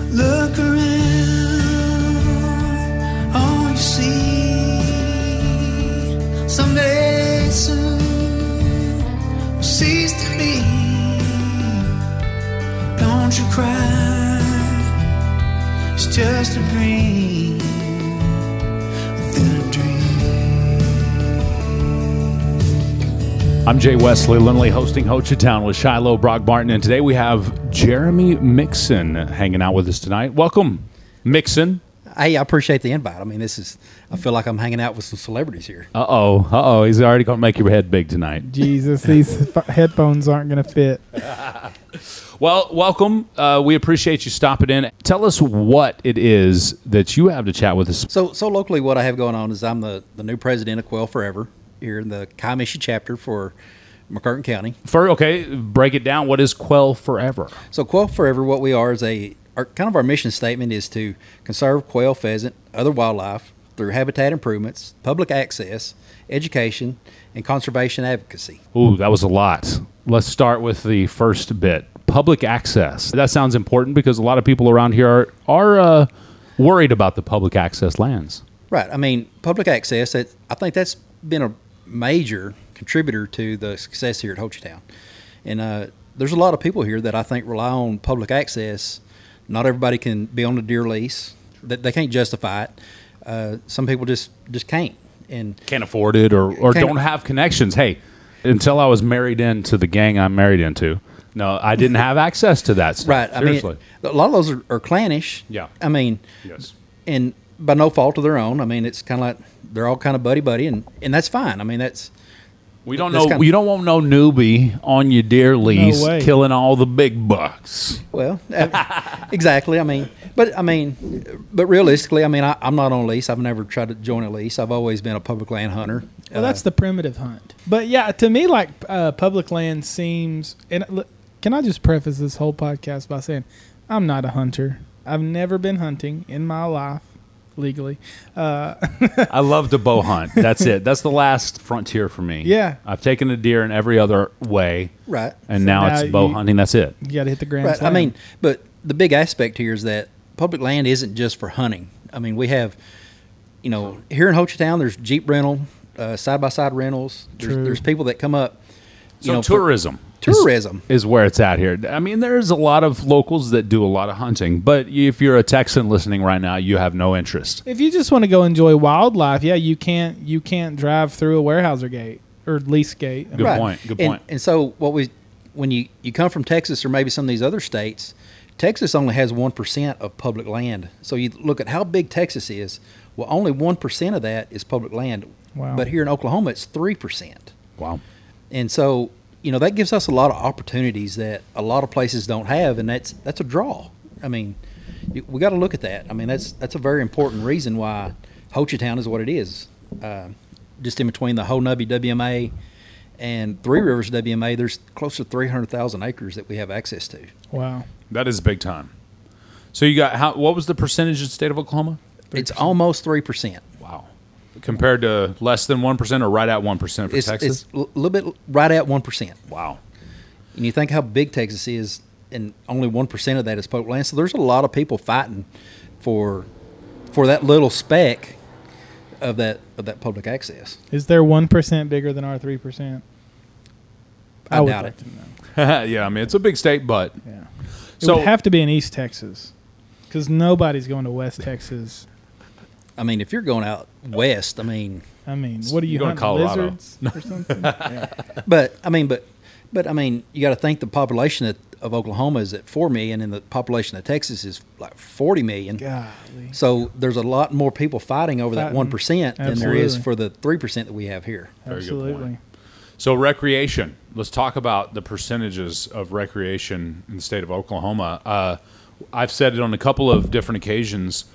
Look around, all you see. Someday soon will cease to be. Don't you cry, it's just a dream within a dream. I'm Jay Wesley Lindley, hosting Hochatown with Shiloh Brock Martin, and today we have Jeremy Mixon hanging out with us tonight. Welcome, Mixon. Hey, I appreciate the invite. I mean, I feel like I'm hanging out with some celebrities here. Uh-oh. He's already going to make your head big tonight. Jesus, these headphones aren't going to fit. Well, welcome. We appreciate you stopping in. Tell us what it is that you have to chat with us. So locally, what I have going on is I'm the new president of Quail Forever here in the Kiamichi chapter for McCurtain County. Break it down. What is Quail Forever? So Quail Forever, what we are is our mission statement is to conserve quail, pheasant, other wildlife through habitat improvements, public access, education, and conservation advocacy. Ooh, that was a lot. Let's start with the first bit. Public access. That sounds important because a lot of people around here are worried about the public access lands. Right. I mean, public access, I think that's been a major contributor to the success here at Hochatown. And there's a lot of people here that I think rely on public access. Not everybody can be on a deer lease. They can't justify it. Some people just can't. And can't afford it or don't have connections. Hey, until I was married into the gang I'm married into, no, I didn't have access to that stuff. Right. Seriously. I mean, a lot of those are clannish. Yeah. I mean, yes. And by no fault of their own. I mean, it's kind of like they're all kind of buddy, and that's fine. I mean, we don't know. You don't want no newbie on your deer lease killing all the big bucks. Well, exactly. I mean, but realistically, I mean, I'm not on a lease. I've never tried to join a lease. I've always been a public land hunter. Well, that's the primitive hunt. But yeah, to me, like public land seems. And can I just preface this whole podcast by saying I'm not a hunter. I've never been hunting in my life. Legally. I love to bow hunt. That's it. That's the last frontier for me. Yeah. I've taken a deer in every other way. Right. And so now it's bow hunting. That's it. You got to hit the grand slam. slam. I mean, but the big aspect here is that public land isn't just for hunting. I mean, we have, here in Hochatown, there's Jeep rental, side-by-side rentals. There's people that come up. So tourism. Tourism is where it's at here. I mean, there's a lot of locals that do a lot of hunting, but if you're a Texan listening right now, you have no interest. If you just want to go enjoy wildlife, yeah, you can't drive through a Weyerhaeuser gate or lease gate. Good point. And so when you come from Texas or maybe some of these other states, Texas only has 1% of public land. So you look at how big Texas is. Well, only 1% of that is public land. Wow. But here in Oklahoma, it's 3%. Wow. And so that gives us a lot of opportunities that a lot of places don't have, and that's a draw. I mean, we got to look at that. I mean, that's a very important reason why Hochatown is what it is. Just in between the Ho-Nubby WMA and Three Rivers WMA, there's close to 300,000 acres that we have access to. Wow. That is big time. So you got what was the percentage of the state of Oklahoma? 3%. It's almost 3%. Wow. Compared to less than 1% or right at 1% for Texas? It's a little bit right at 1%. Wow. And you think how big Texas is, and only 1% of that is public land. So there's a lot of people fighting for that little speck of that public access. Is there 1% bigger than our 3%? I doubt it. Yeah, I mean, it's a big state, but yeah. It would have to be in East Texas because nobody's going to West Texas. I mean, if you're going out west, I mean, what are you going to Colorado? Lizards or something? Yeah. But you got to think the population of Oklahoma is at 4 million, and the population of Texas is like 40 million. Golly. So there's a lot more people fighting over that 1% than there is for the 3% that we have here. Very Absolutely. good point. So recreation. Let's talk about the percentages of recreation in the state of Oklahoma. I've said it on a couple of different occasions.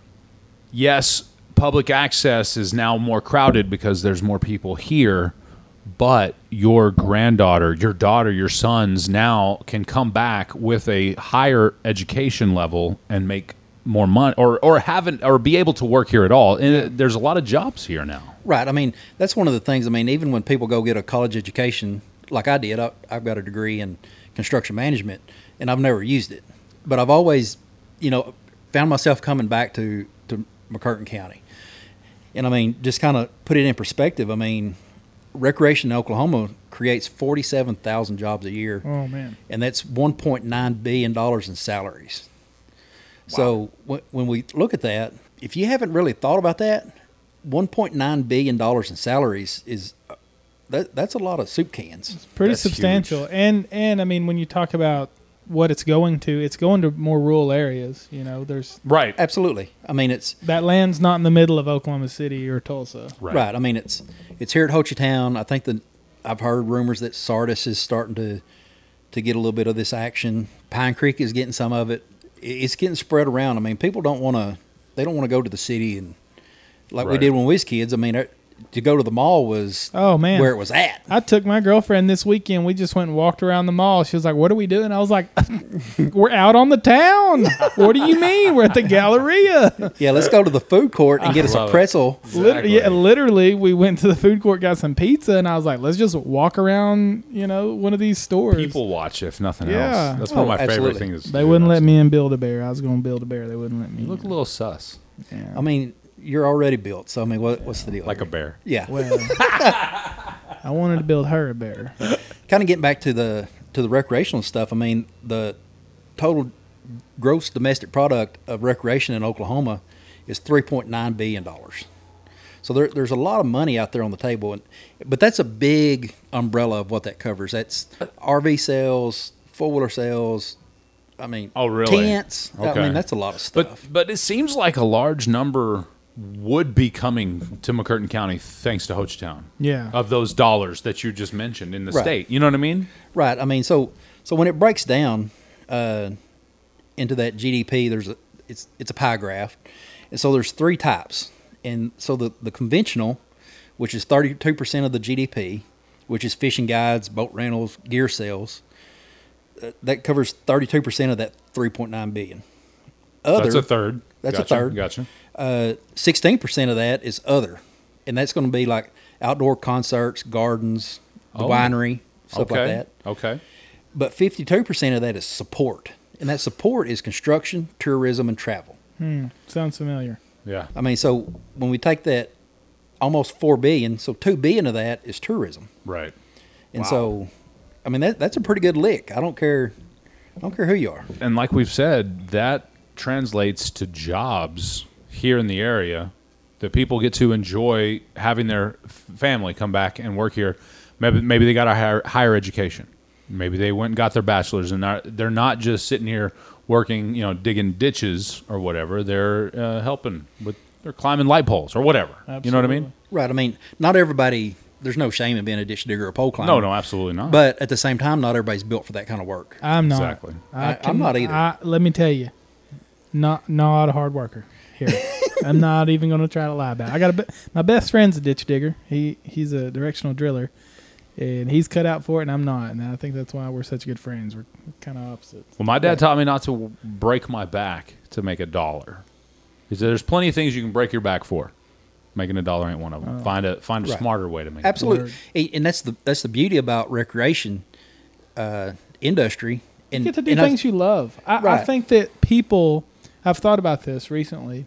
Yes, public access is now more crowded because there's more people here, but your granddaughter, your daughter, your sons now can come back with a higher education level and make more money or be able to work here at all. And there's a lot of jobs here now. Right. I mean, that's one of the things. I mean, even when people go get a college education, like I did, I've got a degree in construction management, and I've never used it. But I've always, found myself coming back to McCurtain County. And I mean, just kind of put it in perspective. I mean, recreation in Oklahoma creates 47,000 jobs a year. Oh, man. And that's $1.9 billion in salaries. So when we look at that, if you haven't really thought about that, $1.9 billion in salaries is that's a lot of soup cans. Pretty That's substantial. And I mean, when you talk about what it's going to more rural areas. There's Right. Absolutely. I mean, it's that land's not in the middle of Oklahoma City or Tulsa. right. I mean, it's here at Hochatown. I think I've heard rumors that Sardis is starting to get a little bit of this action. Pine Creek is getting some of it. It's getting spread around. I mean, people don't want to go to the city and like we Right. did when we was kids. I mean, to go to the mall was Oh, man. where it was at. I took my girlfriend this weekend. We just went and walked around the mall. She was like, "What are we doing?" I was like, "We're out on the town." What do you mean? We're at the Galleria. Yeah, let's go to the food court and get us a love it. pretzel. Exactly. Literally, we went to the food court, got some pizza, and I was like, "Let's just walk around, one of these stores." People watch if nothing Yeah. else. That's one of my favorite absolutely. things. to They do. wouldn't let me in Build-A-Bear. I was going to build a bear. They wouldn't let me. You look a little sus, Yeah. I mean, you're already built, so I mean, what's the deal? like a here? bear. Yeah. Well, I wanted to build her a bear. Kind of getting back to the recreational stuff. I mean, the total gross domestic product of recreation in Oklahoma is $3.9 billion. So there's a lot of money out there on the table, but that's a big umbrella of what that covers. That's RV sales, four-wheeler sales. I mean, Oh, really? tents. I Okay. mean, that's a lot of stuff. But it seems like a large number would be coming to McCurtain County thanks to Hochatown. Yeah. Of those dollars that you just mentioned in the Right. state. You know what I mean? Right. I mean, so when it breaks down into that GDP, it's a pie graph, and so there's three types, and so the conventional, which is 32% of the GDP, which is fishing guides, boat rentals, gear sales, that covers 32% of that 3.9 billion. That's a third. That's Gotcha. a third. Gotcha. 16% of that is other, and that's going to be like outdoor concerts, gardens, the Oh. winery, stuff Okay. like that. Okay. But 52% of that is support. And that support is construction, tourism, and travel. Sounds familiar. Yeah. I mean, so when we take that almost $4 billion, so $2 billion of that is tourism. Right. And Wow. so, I mean, that's a pretty good lick. I don't care who you are. And like we've said, that translates to jobs here in the area that people get to enjoy having their family come back and work here. Maybe they got a higher education. Maybe they went and got their bachelor's, and they're not just sitting here working, digging ditches or whatever. They're helping with, they're climbing light poles or whatever. You know what I mean? Right. I mean, not everybody, there's no shame in being a ditch digger or pole climber. No, absolutely not. But at the same time, not everybody's built for that kind of work. I'm not. Exactly. I'm not either. Let me tell you, not a hard worker here. I'm not even going to try to lie about it. My best friend's a ditch digger. He's a directional driller, and he's cut out for it, and I'm not. And I think that's why we're such good friends. We're kind of opposites. Well, my dad taught me not to break my back to make $1. He said there's plenty of things you can break your back for. Making $1 ain't one of them. Find a Right. smarter way to make Absolutely. And that's the beauty about recreation industry. And You get to do and things you love. I Right. think that people, I've thought about this recently.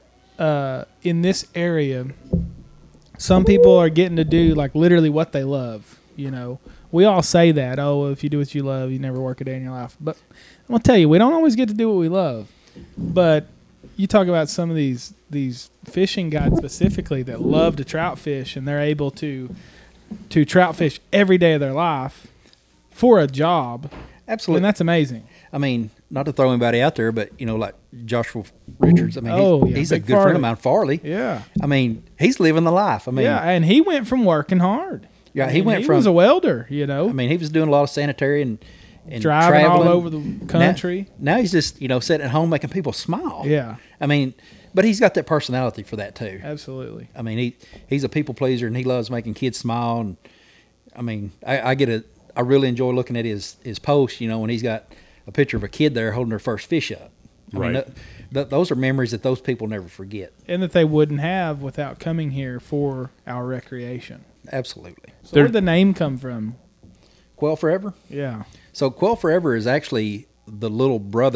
In this area, some people are getting to do like literally what they love. We all say that. Oh, if you do what you love, you never work a day in your life. But I'm gonna tell you, we don't always get to do what we love. But you talk about some of these fishing guides specifically that love to trout fish, and they're able to trout fish every day of their life for a job. Absolutely. And that's amazing. I mean, not to throw anybody out there, but like Joshua Richards. I mean, Oh, yeah, he's a Big good friend Farley. of mine, Farley. Yeah. I mean, he's living the life. I mean, Yeah, and he went from working hard. Yeah, I he mean, went he from- was a welder, I mean, he was doing a lot of sanitary and driving traveling. all over the country. Now he's just sitting at home making people smile. Yeah, I mean, but he's got that personality for that too. absolutely. I mean, he's a people pleaser and he loves making kids smile. And I mean, I really enjoy looking at his post. When he's got a picture of a kid there holding their first fish up. I mean, Right. those are memories that those people never forget. And that they wouldn't have without coming here for our recreation. Absolutely. So where'd the name come from? Quail Forever. Yeah. So Quail Forever is actually the little brother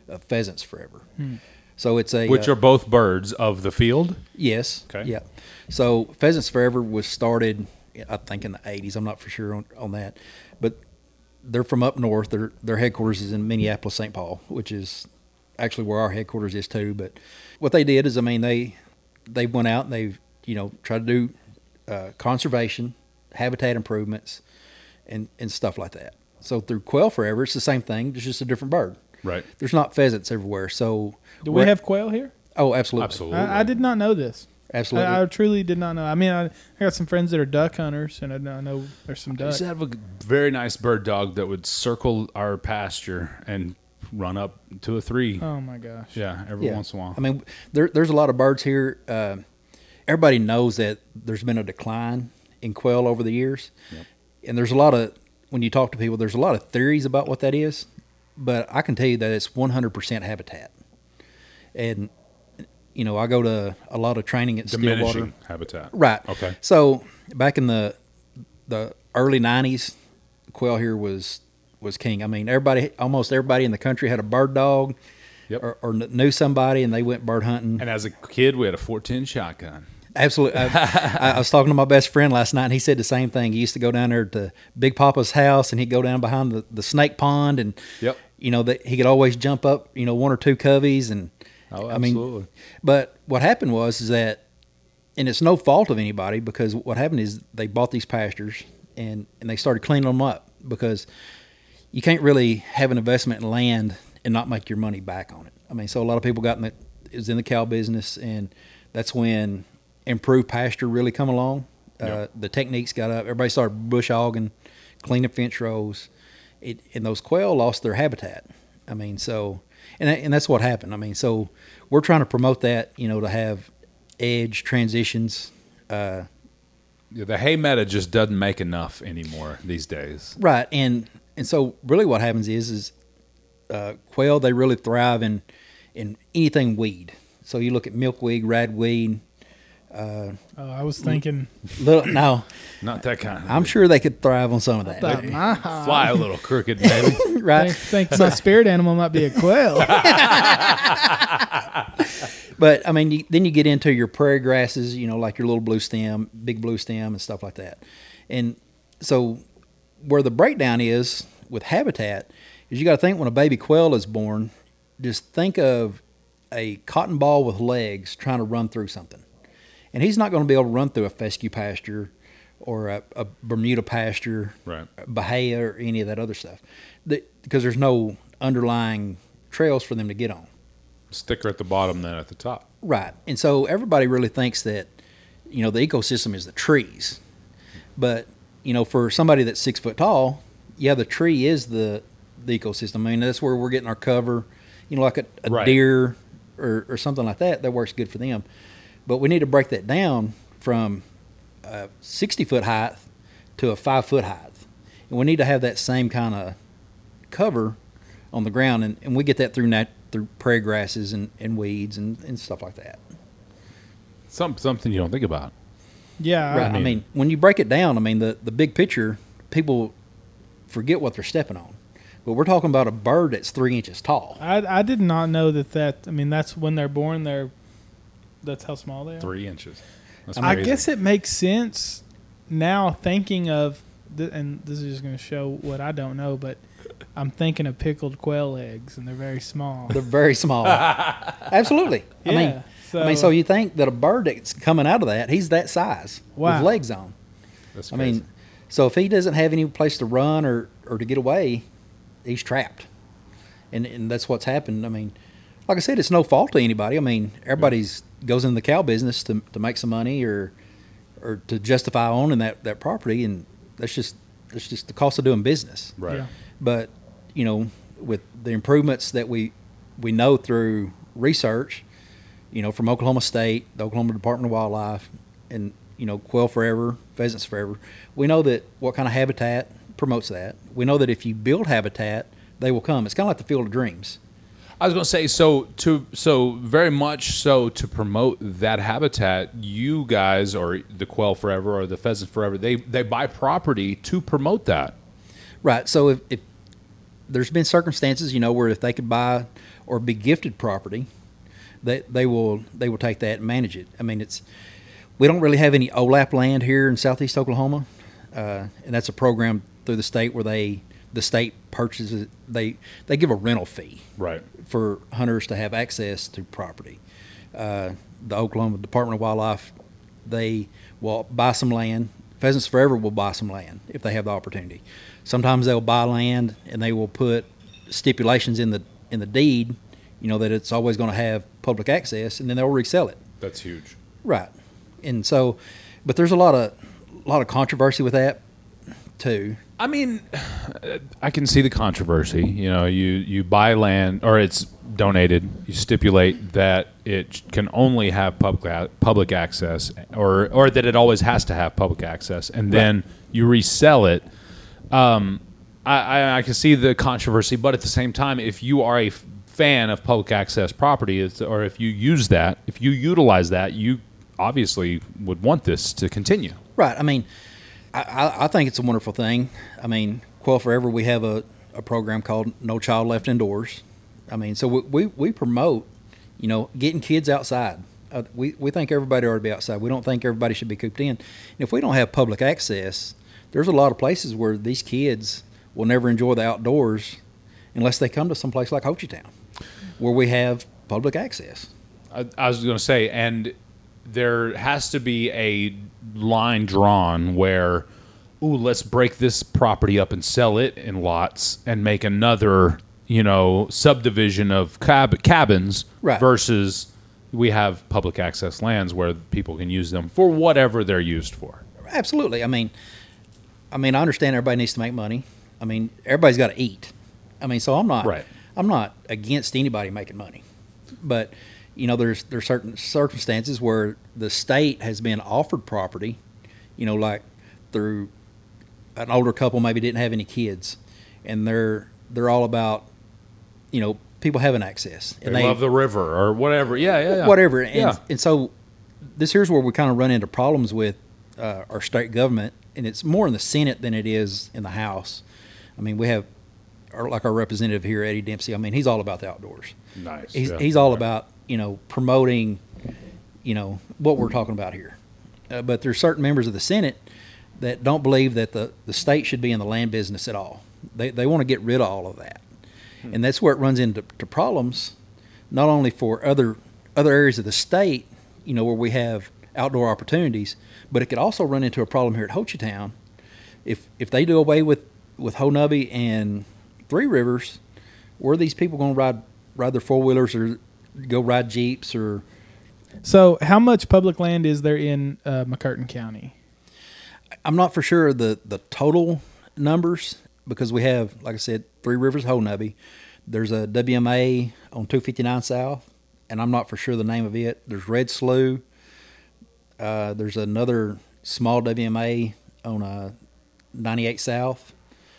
Pheasants Forever. So it's a Which are both birds of the field? yes, Okay. yeah. So Pheasants Forever was started, I think, in the 80s. I'm not for sure on that, but they're from up north. Their headquarters is in Minneapolis, St. Paul, which is actually where our headquarters is too. But what they did is, I mean, they went out and they've tried to do conservation, habitat improvements, and stuff like that. So through Quail Forever, it's the same thing. It's just a different bird. Right. There's not pheasants everywhere. So Do we have quail here? Oh, absolutely, Absolutely. I did not know this. absolutely. I truly did not know. I mean, I got some friends that are duck hunters, and I know there's some I duck. used to have a very nice bird dog that would circle our pasture and run up 2 or 3. Oh my gosh. Yeah, every once in a while. I mean, there's a lot of birds here. Everybody knows that there's been a decline in quail over the years, and there's a lot of, when you talk to people, there's a lot of theories about what that is, but I can tell you that it's 100% habitat. And I go to a lot of training at Stillwater. Diminishing habitat. Right. Okay. So back in the early '90s, quail here was king. I mean, almost everybody in the country had a bird dog, Yep. or knew somebody, and they went bird hunting. And as a kid, we had a 410 shotgun. Absolutely. I was talking to my best friend last night, and he said the same thing. He used to go down there to Big Papa's house, and he'd go down behind the snake pond, and Yep. that he could always jump up, 1 or 2 coveys, and Oh, I mean, absolutely. but what happened was that, and it's no fault of anybody, because what happened is they bought these pastures and they started cleaning them up, because you can't really have an investment in land and not make your money back on it. I mean, so a lot of people is in the cow business, and that's when improved pasture really come along. Yep. The techniques got up. Everybody started bush hogging, cleaning fence rows, and those quail lost their habitat. I mean, so. And that's what happened. I mean, so we're trying to promote that, to have edge transitions. Yeah, the hay meta just doesn't make enough anymore these days. Right. And so really what happens is quail, they really thrive in anything weed. So you look at milkweed, radweed. I was thinking No, Not that kind of. I'm sure they could thrive on some of that. about my Fly a little crooked, maybe. Right. think my spirit animal might be a quail. But I mean, then you get into your prairie grasses, like your little blue stem, big blue stem, and stuff like that. And so, where the breakdown is with habitat is, you got to think, when a baby quail is born, just think of a cotton ball with legs trying to run through something, and he's not going to be able to run through a fescue pasture or a Bermuda pasture, Right. Bahia, or any of that other stuff, because there's no underlying trails for them to get on. Sticker at the bottom, then at the top. Right. And so everybody really thinks that, the ecosystem is the trees. But, for somebody that's 6 foot tall, the tree is the ecosystem. I mean, that's where we're getting our cover, like a Right. deer or something like that. That works good for them. But we need to break that down from 60-foot height to a 5-foot height. And we need to have that same kind of cover on the ground. And we get that through prairie grasses and weeds and stuff like that. Something you don't think about. Yeah. Right. I mean, when you break it down, I mean, the big picture, people forget what they're stepping on. But we're talking about a bird that's 3 inches tall. I did not know that. I mean, that's when they're born. That's how small they are. 3 inches. That's I crazy. guess it makes sense now, thinking of, and this is just going to show what I don't know, but I'm thinking of pickled quail eggs, and they're very small. They're very small. Absolutely. Yeah, So you think that a bird that's coming out of that, he's that size Wow. with legs on. That's I crazy. mean, so if he doesn't have any place to run or to get away, he's trapped. And that's what's happened. I mean, like I said, it's no fault to anybody. I mean, everybody's goes into the cow business to make some money or to justify owning that property, and that's just the cost of doing business. right. Yeah. But with the improvements that we know through research, from Oklahoma State, the Oklahoma Department of Wildlife, and Quail Forever, Pheasants Forever, we know that what kind of habitat promotes that. We know that if you build habitat, they will come. It's kind of like the Field of Dreams. I was going to say, so very much so to promote that habitat, you guys, or the Quail Forever or the Pheasant Forever, they buy property to promote that. Right. So if there's been circumstances, where if they could buy or be gifted property, they will take that and manage it. I mean, we don't really have any OLAP land here in southeast Oklahoma, and that's a program through the state where the state purchases. They give a rental fee Right. for hunters to have access to property. The Oklahoma Department of Wildlife, they will buy some land. Pheasants Forever will buy some land if they have the opportunity. Sometimes they'll buy land and they will put stipulations in the deed, that it's always going to have public access, and then they'll resell it. That's huge. Right. And so, but there's a lot of controversy with that too. I mean, I can see the controversy. You buy land or it's donated. You stipulate that it can only have public access, or that it always has to have public access, and then you resell it. I can see the controversy, but at the same time, if you are a fan of public access property, or if you utilize that, you obviously would want this to continue. Right. I mean, I think it's a wonderful thing. I mean, Quail Forever, we have a program called No Child Left Indoors. I mean, so we promote, getting kids outside. We think everybody ought to be outside. We don't think everybody should be cooped in. And if we don't have public access, there's a lot of places where these kids will never enjoy the outdoors unless they come to some place like Ho Chi Town, where we have public access. I was going to say, and there has to be a line drawn where, let's break this property up and sell it in lots and make another, subdivision of cabins versus we have public access lands where people can use them for whatever they're used for. Absolutely. I mean, I understand everybody needs to make money. I mean, everybody's got to eat. I mean, so I'm not against anybody making money, but there's certain circumstances where the state has been offered property, like through an older couple maybe didn't have any kids, and they're all about, people having access. And they love the river or whatever. Yeah. Whatever. And so here's where we kind of run into problems with our state government, and it's more in the Senate than it is in the House. I mean, we have our representative here, Eddie Dempsey. I mean, he's all about the outdoors. Nice. He's all about, promoting, what we're talking about here. But there's certain members of the Senate that don't believe that the state should be in the land business at all. They want to get rid of all of that. And that's where it runs into problems, not only for other areas of the state, where we have outdoor opportunities, but it could also run into a problem here at Ho Chi Town. If they do away with Ho Nubby and Three Rivers, where are these people going to ride their four-wheelers or go ride Jeeps? Or So how much public land is there in McCurtain County? I'm not for sure the total numbers, because we have, like I said, Three Rivers, Ho Nubby. There's a WMA on 259 South, and I'm not for sure the name of it. There's Red Slough. There's another small WMA on 98 South.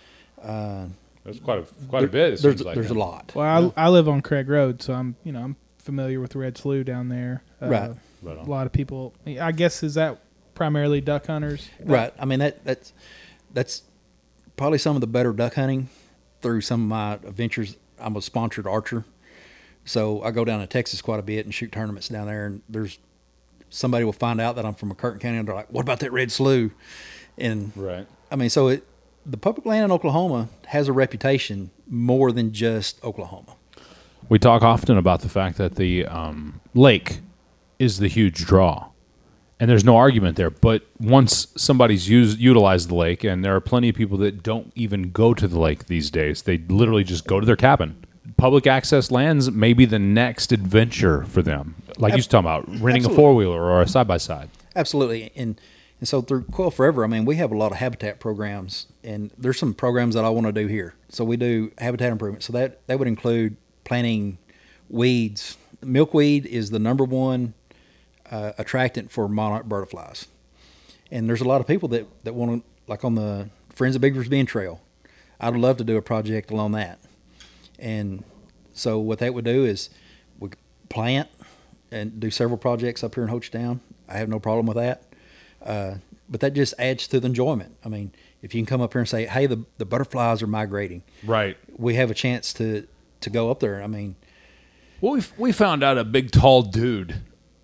That's quite a bit. There's a lot. Well, I live on Craig Road, so I'm familiar with Red Slough down there. Right. A lot of people. I guess, is that primarily duck hunters? Right. I mean, that's probably some of the better duck hunting through some of my adventures. I'm a sponsored archer, so I go down to Texas quite a bit and shoot tournaments down there. And there's somebody will find out that I'm from McCurtain County, and they're like, "What about that Red Slough?" And right. I mean, so the public land in Oklahoma has a reputation more than just Oklahoma. We talk often about the fact that the lake is the huge draw, and there's no argument there. But once somebody's utilized the lake, and there are plenty of people that don't even go to the lake these days, they literally just go to their cabin. Public access lands may be the next adventure for them, like you was talking about, renting Absolutely. a four-wheeler or a side-by-side. Absolutely. And so through Quail Forever, I mean, we have a lot of habitat programs, and there's some programs that I want to do here. So we do habitat improvement. So that would include planting weeds. Milkweed is the number one attractant for monarch butterflies. And there's a lot of people that want to, like on the Friends of Biggersby Bend Trail, I'd love to do a project along that. And so what that would do is we plant and do several projects up here in Ho Chi Town. I have no problem with that. But that just adds to the enjoyment. I mean, if you can come up here and say, hey, the butterflies are migrating. Right. We have a chance to go up there. I mean, Well, we found out a big tall dude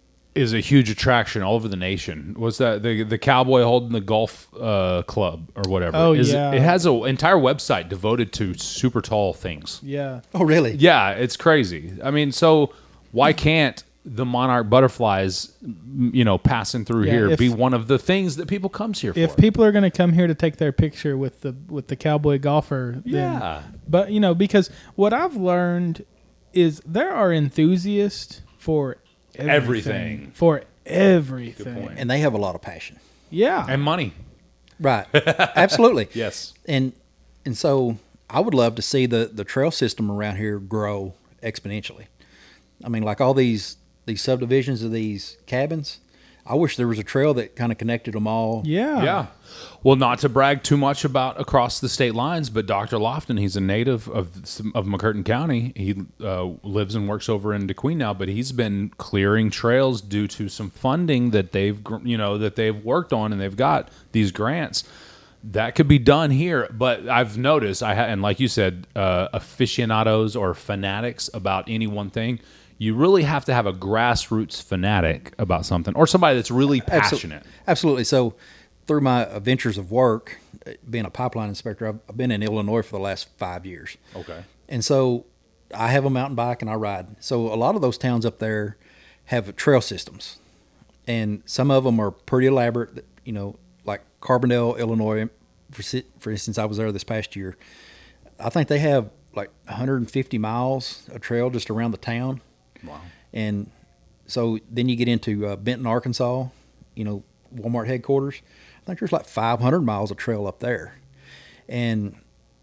is a huge attraction all over the nation. Was that the cowboy holding the golf club or whatever? Oh, yeah. It has an entire website devoted to super tall things. Yeah. Oh, really? Yeah, it's crazy. I mean, so why can't the monarch butterflies, passing through Yeah, here if- be one of the things that people comes here If for? people are going to come here to take their picture with the cowboy golfer, then, Yeah. But because what I've learned is there are enthusiasts for Everything. For everything. Good point. And they have a lot of passion. Yeah. And money. Right. Absolutely. Yes. And so I would love to see the trail system around here grow exponentially. I mean, like all these subdivisions of these cabins, I wish there was a trail that kind of connected them all. yeah. Yeah. Well, not to brag too much about across the state lines, but Dr. Lofton, he's a native of McCurtain County. He lives and works over in DeQueen now, but he's been clearing trails due to some funding that they've worked on, and they've got these grants. That could be done here, but I've noticed, and like you said, aficionados or fanatics about any one thing, you really have to have a grassroots fanatic about something, or somebody that's really passionate. Absolutely. So through my ventures of work, being a pipeline inspector, I've been in Illinois for the last 5 years. Okay. And so I have a mountain bike and I ride. So a lot of those towns up there have trail systems. And some of them are pretty elaborate, like Carbondale, Illinois, for instance. I was there this past year. I think they have like 150 miles of trail just around the town. Wow. And so then you get into Benton, Arkansas, Walmart headquarters. I think there's like 500 miles of trail up there. And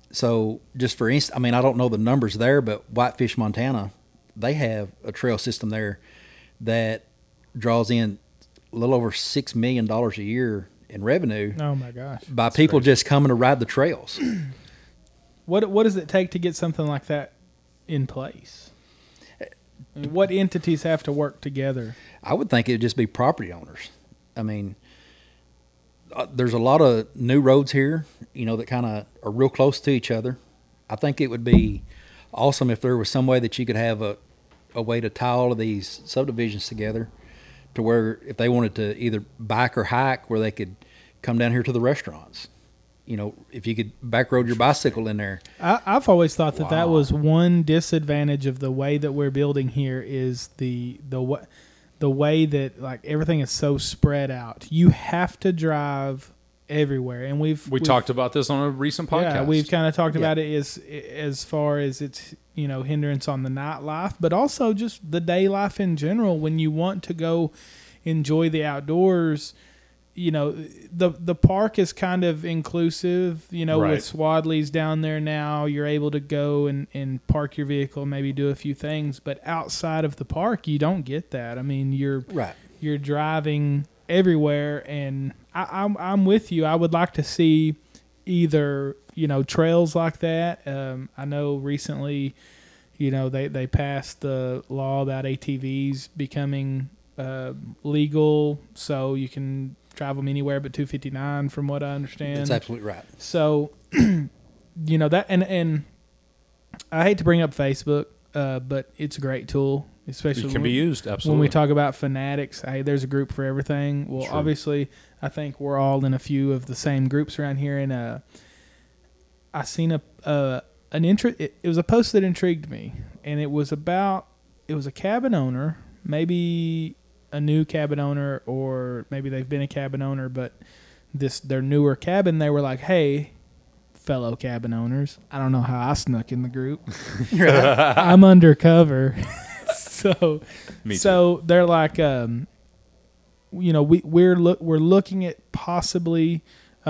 so just for instance, I mean, I don't know the numbers there, but Whitefish, Montana, they have a trail system there that draws in a little over $6 million a year in revenue Oh my gosh. by people just coming to ride the trails. What does it take to get something like that in place? I mean, what entities have to work together? I would think it would just be property owners. I mean, there's a lot of new roads here, that kind of are real close to each other. I think it would be awesome if there was some way that you could have a way to tie all of these subdivisions together to where if they wanted to either bike or hike, where they could come down here to the restaurants. If you could back road your bicycle in there. I've always thought that Wow. was one disadvantage of the way that we're building here is the way that like everything is so spread out. You have to drive everywhere, and we've talked about this on a recent podcast. Yeah, we've kind of talked about it as far as its hindrance on the nightlife, but also just the day life in general. When you want to go enjoy the outdoors, the park is kind of inclusive. Right. With Swadley's down there now, you're able to go and park your vehicle, maybe do a few things. But outside of the park, you don't get that. I mean, you're driving everywhere, and I'm with you. I would like to see either trails like that. I know recently, they passed the law about ATVs becoming legal, so you can drive them anywhere but 259, from what I understand. That's absolutely right. So, that, and I hate to bring up Facebook, but it's a great tool, especially It can be used, absolutely. when we talk about fanatics. Hey, there's a group for everything. Well, True. obviously, I think we're all in a few of the same groups around here, and I seen it was a post that intrigued me, and it was a cabin owner, maybe a new cabin owner, or maybe they've been a cabin owner, but their newer cabin, they were like, hey, fellow cabin owners, I don't know how I snuck in the group. I'm undercover. So they're like, we're looking at possibly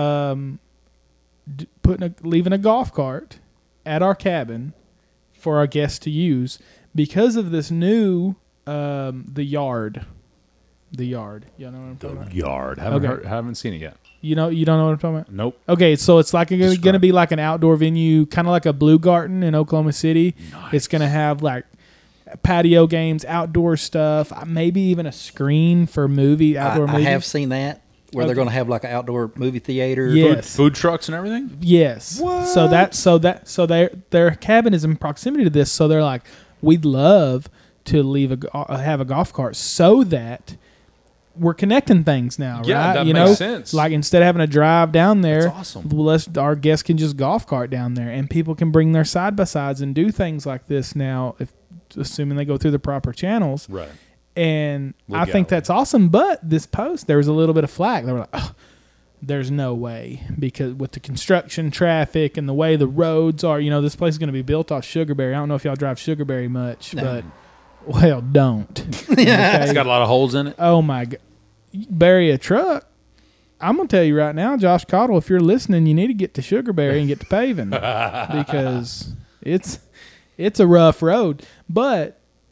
leaving a golf cart at our cabin for our guests to use because of this new the yard. You know what I'm talking about? Yard. Haven't seen it yet. You don't know what I'm talking about? Nope. Okay, so it's like going to Describe. be like an outdoor venue, kind of like a Blue Garden in Oklahoma City. Nice. It's going to have like patio games, outdoor stuff, maybe even a screen for outdoor I movies. have seen that where they're going to have like an outdoor movie theater. Yes. Food trucks and everything? Yes. What? So their cabin is in proximity to this, so they're like, we'd love have a golf cart so that we're connecting things now, Yeah, right? that you makes know, sense. like instead of having to drive down there, That's awesome. our guests can just golf cart down there, and people can bring their side by sides and do things like this now, if assuming they go through the proper channels. Right. And I Legality. think that's awesome. But this post, there was a little bit of flack. They were like, oh, there's no way, because with the construction traffic and the way the roads are, you know, this place is going to be built off Sugarberry. I don't know if y'all drive Sugarberry much, No. but, well, don't. It's Okay? got a lot of holes in it. Oh, my God. You bury a truck. I'm going to tell you right now, Josh Cottle, if you're listening, you need to get to Sugarberry and get to paving because it's a rough road. But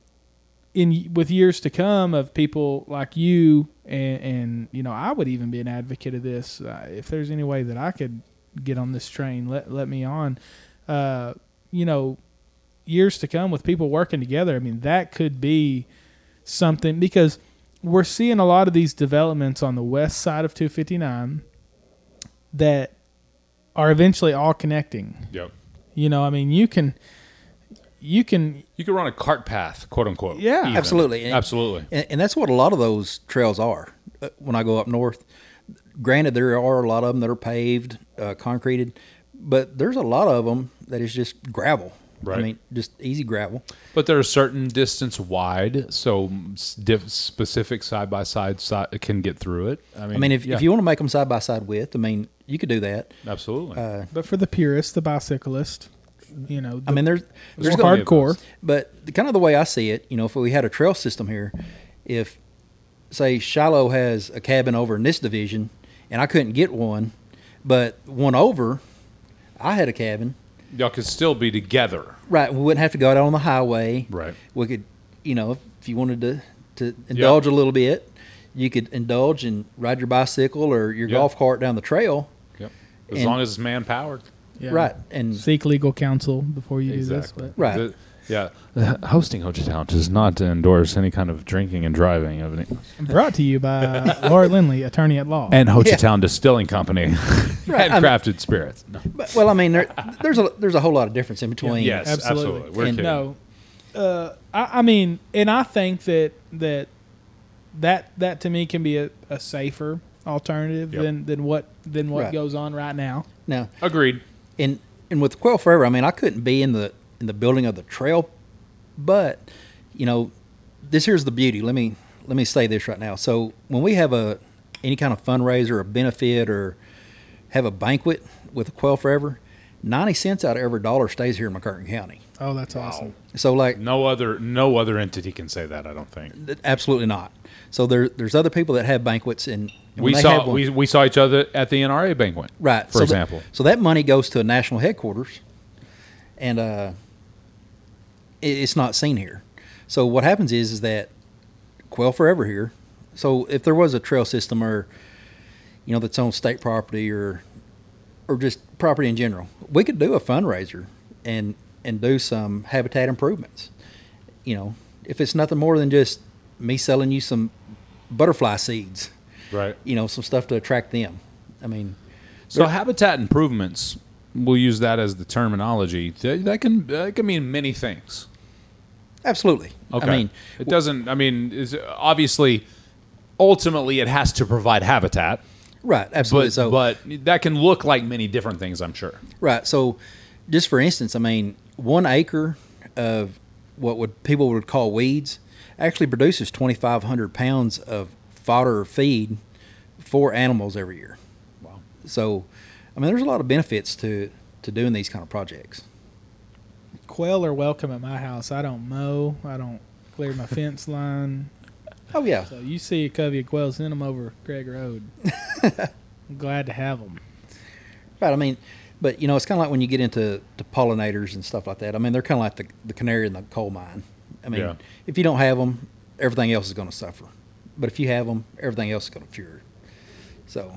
with years to come of people like you and you know, I would even be an advocate of this. If there's any way that I could get on this train, let me on. You know, years to come with people working together, I mean, that could be something, because we're seeing a lot of these developments on the west side of 259 that are eventually all connecting. Yep. You know, I mean, you can You can run a cart path, quote unquote. Yeah. even. Absolutely. Absolutely. And that's what a lot of those trails are. When I go up north, granted, there are a lot of them that are paved, concreted, but there's a lot of them that is just gravel. Right. I mean, just easy gravel. But they're a certain distance wide, so specific side-by-side can get through it. I mean, If you want to make them side by side width, I mean, you could do that. Absolutely. But for the purist, the bicyclist, you know, I mean, there's more gonna be hardcore. But kind of the way I see it, you know, if we had a trail system here, if, say, Shiloh has a cabin over in this division, and I couldn't get one, but one over, I had a cabin. Y'all could still be together. Right, we wouldn't have to go out on the highway. Right. We could, you know, if you wanted to indulge a little bit, you could indulge and ride your bicycle or your Yep. golf cart down the trail. Yep. As And- long as it's man-powered. Yeah. Right, and Seek legal counsel before you do this. Exactly. But Right. Hosting Hochatown does not endorse any kind of drinking and driving of any. brought to you by Laura Lindley, attorney at law. And Hochatown Distilling Company. Right, I mean- Handcrafted spirits. No. but, well, I mean, there's a whole lot of difference in between. Yes, Absolutely. absolutely. We're And kidding. No, I mean, and I think that to me can be a safer alternative Yep. than what Right. goes on right now. Now, Agreed. and with Quail Forever, I mean, I couldn't be in the building of the trail, but you know, this here's the beauty. Let me say this right now. So when we have any kind of fundraiser or benefit or have a banquet with Quail Forever, 90 cents out of every dollar stays here in McCurtain County. Oh, that's awesome. So like, No other entity can say that, I don't think. absolutely not. So there's other people that have banquets and when We they saw have one- we saw each other at the NRA banquet. right, For so example. so that money goes to a national headquarters, and it's not seen here. So what happens is that Quail Forever here. So if there was a trail system or, you know, that's on state property or just property in general, we could do a fundraiser and do some habitat improvements. You know, if it's nothing more than just me selling you some butterfly seeds, Right. you know, some stuff to attract them. I mean, So habitat improvements, we'll use that as the terminology. That can mean many things. absolutely. Okay. I mean, it doesn't. I mean, obviously, ultimately, it has to provide habitat, right, absolutely. but that can look like many different things. I'm sure. Right. So, just for instance, I mean, 1 acre of what people would call weeds actually produces 2,500 pounds of fodder or feed for animals every year. Wow. So, I mean, there's a lot of benefits to doing these kind of projects. Quail are welcome at my house. I don't mow. I don't clear my fence line. Oh yeah, So you see a covey of quails, send them over Craig Road. I'm glad to have them. right. I mean, but you know, it's kind of like when you get into pollinators and stuff like that. I mean, they're kind of like the canary in the coal mine. I mean, Yeah. if you don't have them, everything else is going to suffer. But if you have them, everything else is going to flourish. So.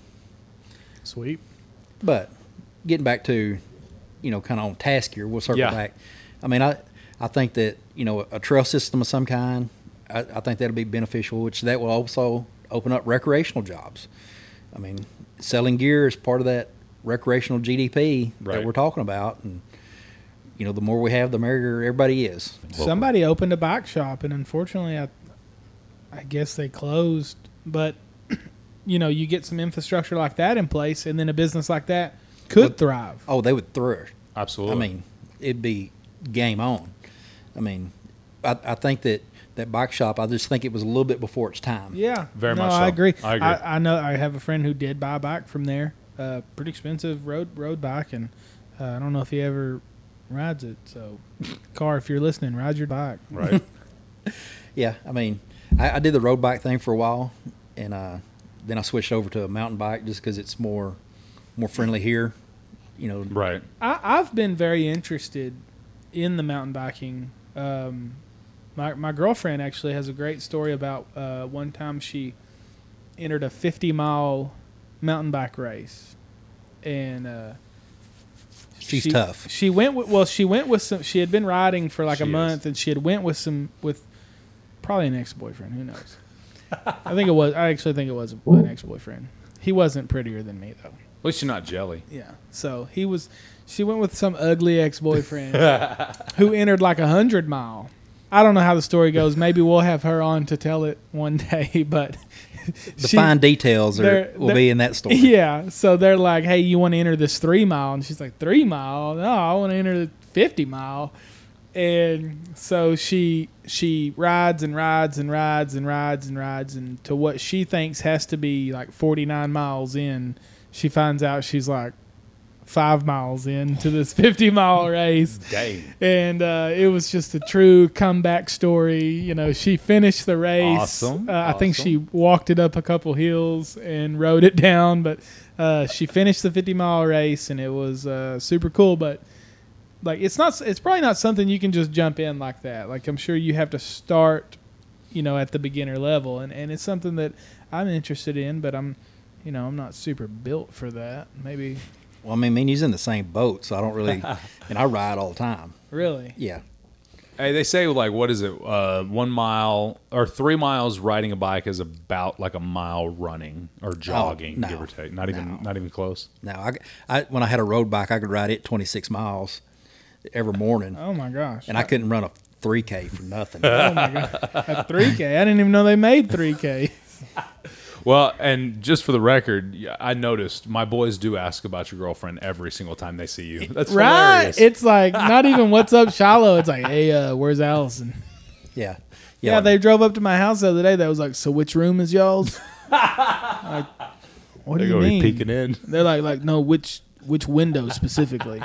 Sweet. But getting back to, you know, kind of on task here, we'll circle Yeah. back. I mean, I think that, you know, a trail system of some kind, I think that'll be beneficial, which that will also open up recreational jobs. I mean, selling gear is part of that recreational GDP Right. that we're talking about. And you know, the more we have, the merrier everybody is. Somebody opened a bike shop, and unfortunately, I guess they closed. But you know, you get some infrastructure like that in place, and then a business like that could thrive. Oh, they would thrive. Absolutely. I mean, it'd be game on. I mean, I think that bike shop, I just think it was a little bit before its time. Yeah, Very much I so. agree. I agree. I know. I have a friend who did buy a bike from there. Pretty expensive road bike, and I don't know if he ever rides it. So, car, if you're listening, ride your bike. Right. Yeah, I mean, I did the road bike thing for a while, and then I switched over to a mountain bike just because it's more friendly here. You know, Right. I've been very interested in the mountain biking. My girlfriend actually has a great story about one time she entered a 50-mile mountain bike race, and she's tough. She went with some. She had been riding for like She a month, and she had went with probably an ex-boyfriend. Who knows? I actually think it was an ex-boyfriend. He wasn't prettier than me though. At least you're not jelly. Yeah. So she went with some ugly ex-boyfriend who entered like 100-mile. I don't know how the story goes. Maybe we'll have her on to tell it one day, but The fine details will be in that story. Yeah. So they're like, hey, you want to enter this 3-mile? And she's like, 3-mile? No, I want to enter the 50-mile. And so she rides and rides and rides and rides and rides, and to what she thinks has to be like 49 miles in, she finds out she's like 5 miles into this 50-mile race. Dang. And it was just a true comeback story. You know, she finished the race. Awesome. I think she walked it up a couple hills and rode it down, but she finished the 50-mile race, and it was super cool. But like, it's probably not something you can just jump in like that. Like, I'm sure you have to start, you know, at the beginner level, and it's something that I'm interested in, but I'm not super built for that. Maybe. Well, I mean, me and you's in the same boat, so I don't really, and I ride all the time. Really? Yeah. Hey, they say like, what is it? 1 mile or 3 miles riding a bike is about like a mile running or jogging, no. give or take. Not even close. Now, I when I had a road bike, I could ride it 26 miles every morning, Oh my gosh. and I couldn't run a 3K for nothing. Oh my god. A 3K. I didn't even know they made 3K. Well, and just for the record, I noticed my boys do ask about your girlfriend every single time they see you. That's Right. hilarious. It's like not even what's up, Shiloh. It's like, hey, where's Allison? Yeah. Yeah, they drove up to my house the other day. They was like, so which room is y'all's? Like, what do They're you gonna be mean? peeking in. They're like, no, which window specifically?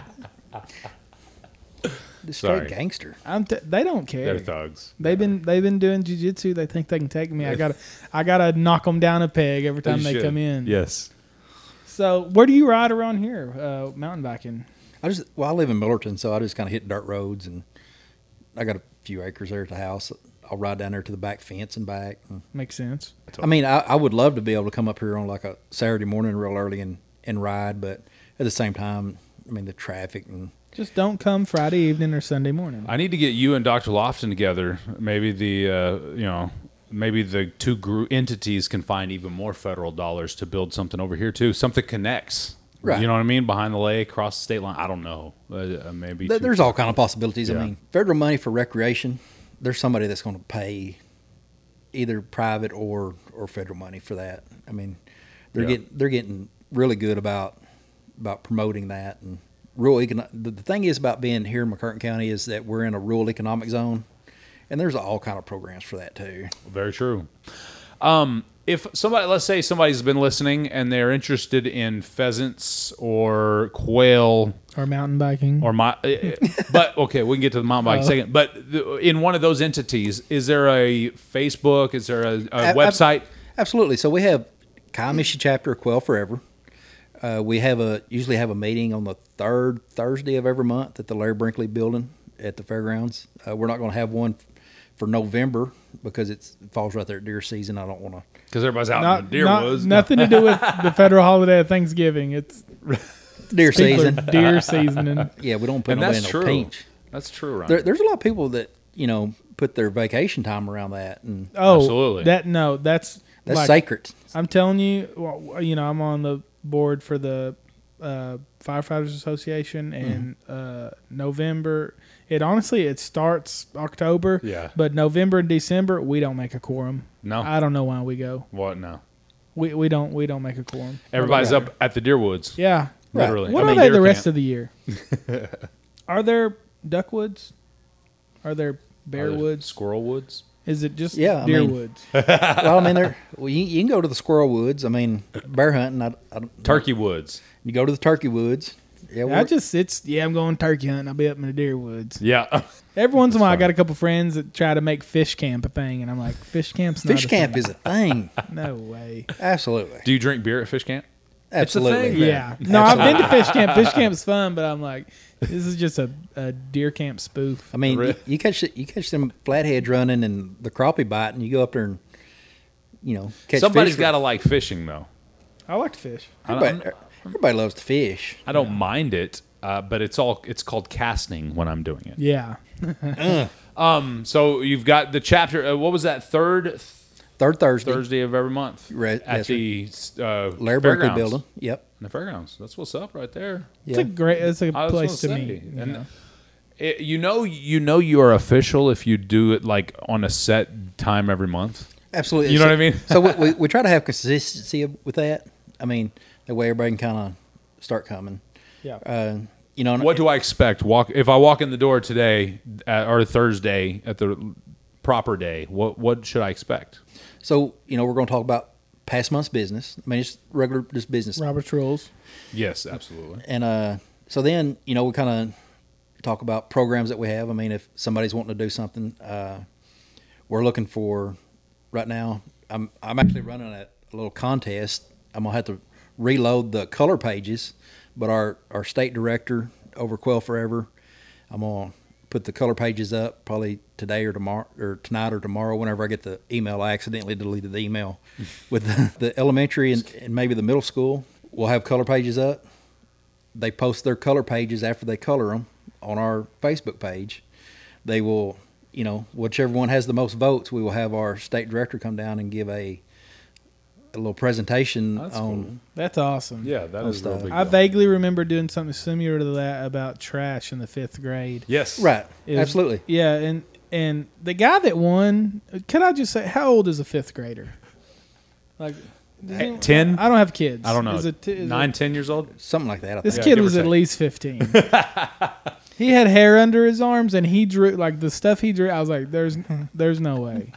The straight Sorry. gangster. They don't care. They're thugs. They've been doing jiu-jitsu. They think they can take me. I gotta knock them down a peg every time they should. come in. Yes. So where do you ride around here? Mountain biking. I live in Millerton, so I just kind of hit dirt roads, and I got a few acres there at the house. I'll ride down there to the back fence and back. Makes sense. I mean, I would love to be able to come up here on like a Saturday morning real early and ride, but at the same time, I mean, the traffic and Just don't come Friday evening or Sunday morning. I need to get you and Dr. Lofton together. Maybe maybe the two entities can find even more federal dollars to build something over here too. Something connects. Right. You know what I mean? Behind the lake, across the state line. I don't know. Maybe there's all kind of possibilities. Yeah. I mean, federal money for recreation, there's somebody that's going to pay either private or federal money for that. I mean, they're getting really good about promoting that. And the thing is about being here in McCurtain County is that we're in a rural economic zone, and there's all kind of programs for that too. Very true. If let's say somebody's been listening and they're interested in pheasants or quail Or mountain biking. or but okay, we can get to the mountain bike in a second. But in one of those entities, is there a Facebook? Is there a website? Absolutely. So we have Comiskey chapter of Quail Forever. We usually have a meeting on the third Thursday of every month at the Larry Brinkley building at the fairgrounds. We're not going to have one for November because it falls right there at deer season. I don't want to. Because everybody's out in the deer woods. Nothing to do with the federal holiday of Thanksgiving. It's Deer people are season. deer seasoning. Yeah, we don't put And nobody that's in no true. pinch. That's true, right? There's a lot of people that put their vacation time around that, and Oh, Absolutely. that's that's like, sacred. I'm telling you, I'm on the board for the Firefighters Association in November. It starts October. Yeah. But November and December we don't make a quorum. No. I don't know why we go. What? No. We don't make a quorum. Everybody's up at the Deerwoods. Yeah. Literally. What I are mean, they the deer rest camp. of the year? Are there duckwoods? Are there bear woods? Squirrel woods? Is it just Yeah, I deer mean- woods? Well, I mean, you can go to the squirrel woods. I mean, bear hunting. I don't, Turkey woods. You go to the turkey woods. Yeah, I'm going turkey hunting. I'll be up in the deer woods. Yeah. Every once in a while, I fun. got a couple friends that try to make fish camp a thing, and I'm like, fish camp's not fish a camp thing. is a thing. No way. Absolutely, Do you drink beer at fish camp? absolutely. thing. Yeah. No, I've been to fish camp. Fish camp's fun, but I'm like, this is just a deer camp spoof. I mean, Really? you catch them flatheads running and the crappie biting. You go up there and catch. Somebody's fish. got to like fishing, though. I like to fish. Everybody loves to fish. I don't mind it, but it's called casting when I'm doing it. Yeah. So you've got the chapter. What was that? Third Third Thursday, Thursday of every month Right, at yes, the Larry Berkeley fairgrounds. building. Yep. In the fairgrounds. That's what's up right there. It's Yeah. it's a I was place to gonna meet. say, you and know. you are official if you do it like on a set time every month. Absolutely. You know what I mean? So we try to have consistency with that. I mean, that way everybody can kind of start coming. Yeah. What do I expect? If I walk in the door today or Thursday at the proper day, what should I expect? So we're going to talk about past month's business. I mean, it's regular just business. Robert's rules. Yes, absolutely. And so then we kind of talk about programs that we have. I mean, if somebody's wanting to do something, we're looking for right now. I'm actually running a little contest. I'm gonna have to reload the color pages, but our state director over Quail Forever, I'm gonna put the color pages up probably today or tomorrow or tonight or tomorrow. Whenever I get the email, I accidentally deleted the email with the elementary and maybe the middle school. We'll have color pages up. They post their color pages after they color them on our Facebook page. They will, whichever one has the most votes, we will have our state director come down and give a little presentation That's on. cool. That's awesome. Yeah, that is a real stuff. big I deal. vaguely remember doing something similar to that about trash in the 5th grade. Yes. Right, It was- absolutely. Yeah, and the guy that won, can I just say, how old is a 5th grader? Like, does anyone- 10? I don't have kids. I don't know. Is it is 9, it- 10 years old? Something like that. I This think. kid give or was at take. least 15. He had hair under his arms, and he drew like the stuff he drew. I was like, "There's no way."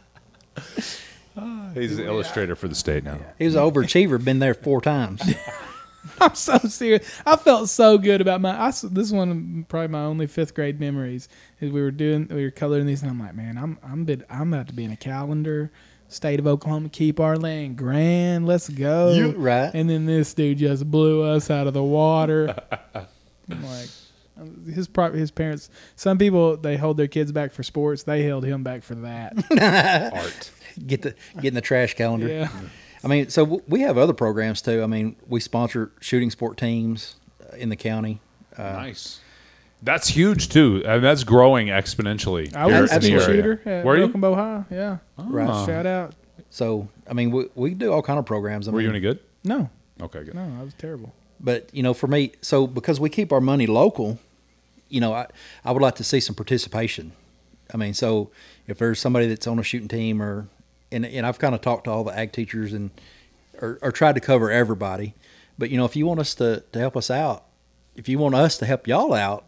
He's an illustrator for the state now. He was an overachiever. Been there 4 times. I'm so serious. I felt so good about this one. Of probably my only 5th grade memories is we were coloring these, and I'm like, man, I'm about to be in a calendar. State of Oklahoma, keep our land grand. Let's go. Right. And then this dude just blew us out of the water. I'm like, his parents. Some people they hold their kids back for sports. They held him back for that. Art. Get in the trash calendar. Yeah. I mean, so we have other programs too. I mean, we sponsor shooting sport teams in the county. Nice. That's huge too, and that's growing exponentially. I here was a in the speed area. shooter at Were you? Broken Bow High. Yeah. Right. Shout out. So I mean, we do all kind of programs. I Were mean, you any good? No, Okay, good. no, I was terrible. But for me, so because we keep our money local, I would like to see some participation. I mean, so if there's somebody that's on a shooting team and I've kind of talked to all the ag teachers and or tried to cover everybody, but if you want us to help us out, if you want us to help y'all out,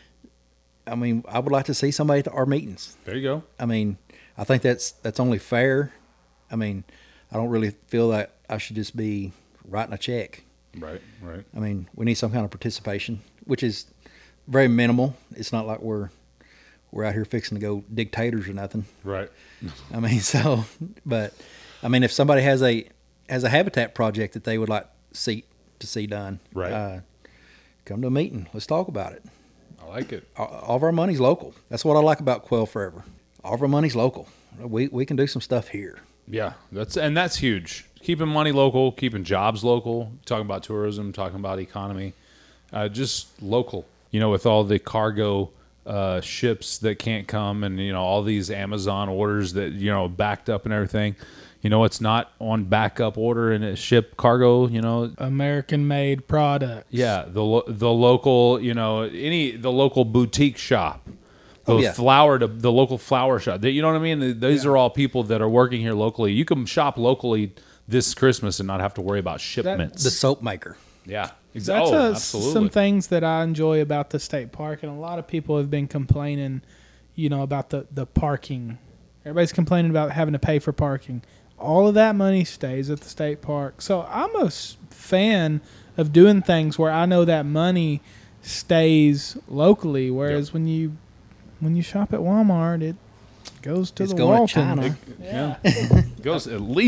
I mean, I would like to see somebody at our meetings. There you go. I mean, I think that's only fair. I mean, I don't really feel that I should just be writing a check. Right. I mean, we need some kind of participation, which is very minimal. It's not like we're out here fixing to go dictators or nothing. Right. I mean, but I mean, if somebody has a habitat project that they would like to see done, Right. Come to a meeting. Let's talk about it. I like it. All of our money's local. That's what I like about Quail Forever. All of our money's local. We can do some stuff here. Yeah, that's huge. Keeping money local, keeping jobs local. Talking about tourism, talking about economy, just local. With all the cargo ships that can't come, and all these Amazon orders that backed up and everything. It's not on backup order and it ship cargo. American-made product. Yeah, the local the local boutique shop, the local flower shop. You know what I mean? These are all people that are working here locally. You can shop locally this Christmas and not have to worry about shipments. The soap maker. Yeah. That's Absolutely. Some things that I enjoy about the state park, and a lot of people have been complaining, about the parking. Everybody's complaining about having to pay for parking. All of that money stays at the state park. So I'm a fan of doing things where I know that money stays locally, whereas when you shop at Walmart, it goes to It's the going to Walton. China. Goes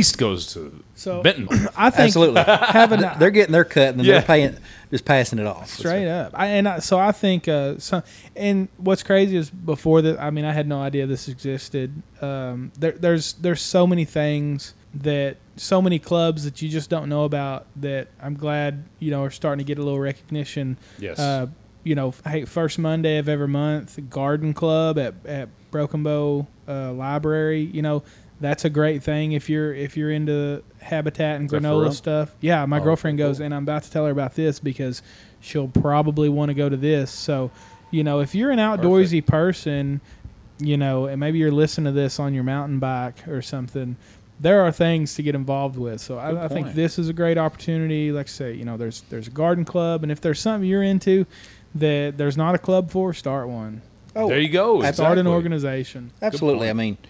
to So Benton. I think Absolutely. having They're getting their cut and then they're just passing it off. straight up. So I think and what's crazy is before that, I had no idea this existed. There's so many things so many clubs that you just don't know about that I'm glad are starting to get a little recognition. Yes. Hey, first Monday of every month, Garden Club at Broken Bow Library. That's a great thing if you're into habitat and granola stuff. Yeah, my girlfriend goes, and I'm about to tell her about this because she'll probably want to go to this. So, if you're an outdoorsy person, and maybe you're listening to this on your mountain bike or something, there are things to get involved with. So I think this is a great opportunity. Like I say, there's a garden club, and if there's something you're into that there's not a club for, start one. Oh, there you go. Start an organization. Absolutely.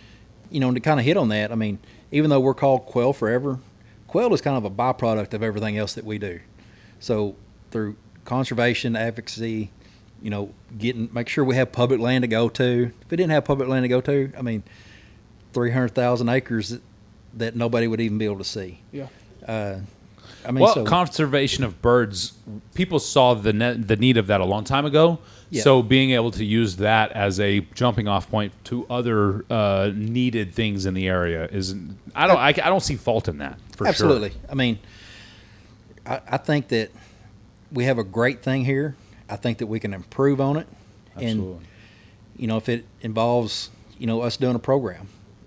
To kind of hit on that, even though we're called Quail Forever, quail is kind of a byproduct of everything else that we do. So through conservation, advocacy, make sure we have public land to go to. If we didn't have public land to go to, 300,000 acres that nobody would even be able to see. Yeah. Conservation of birds, people saw the need of that a long time ago. Yeah. So being able to use that as a jumping off point to other needed things in the area I don't see fault in that. Absolutely. Sure. I think that we have a great thing here. I think that we can improve on it. Absolutely. And if it involves us doing a program,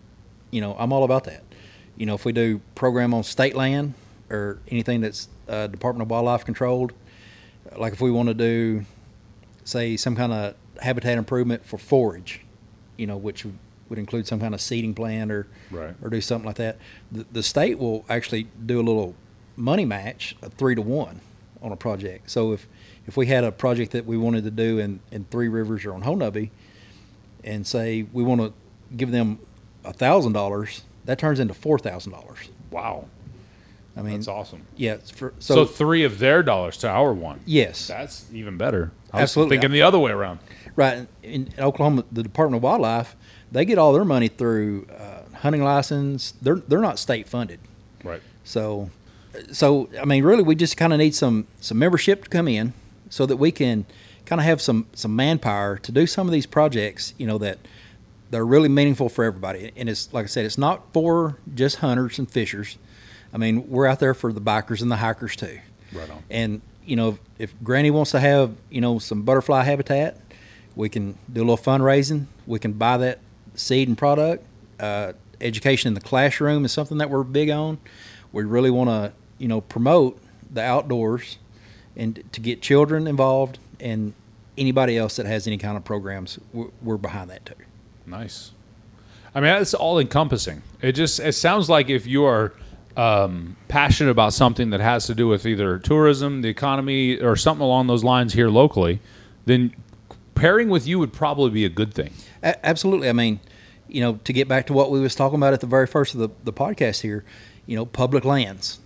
I'm all about that. If we do program on state land or anything that's Department of Wildlife controlled, like if we want to do, say, some kind of habitat improvement for forage, which would include some kind of seeding plan or do something like that, the state will actually do a little money match, a 3-to-1 on a project. So if we had a project that we wanted to do in Three Rivers or on Honubby, and say we want to give them $1,000, that turns into $4,000. Wow. That's awesome. Yeah. So 3 of their dollars to our one. Yes. That's even better. I was Absolutely. thinking the other way around. Right. In Oklahoma, the Department of Wildlife, they get all their money through hunting license. They're not state funded. Right. So really, we just kind of need some membership to come in so that we can kind of have some manpower to do some of these projects, that they're really meaningful for everybody. And it's, like I said, it's not for just hunters and fishers. We're out there for the bikers and the hikers too. Right on. And, if Granny wants to have, some butterfly habitat, we can do a little fundraising. We can buy that seed and product. Education in the classroom is something that we're big on. We really want to, promote the outdoors and to get children involved, and anybody else that has any kind of programs, we're behind that too. Nice. It's all encompassing. It sounds like if you are passionate about something that has to do with either tourism, the economy, or something along those lines here locally, then pairing with you would probably be a good thing. Absolutely. To get back to what we was talking about at the very first of the podcast here, public lands.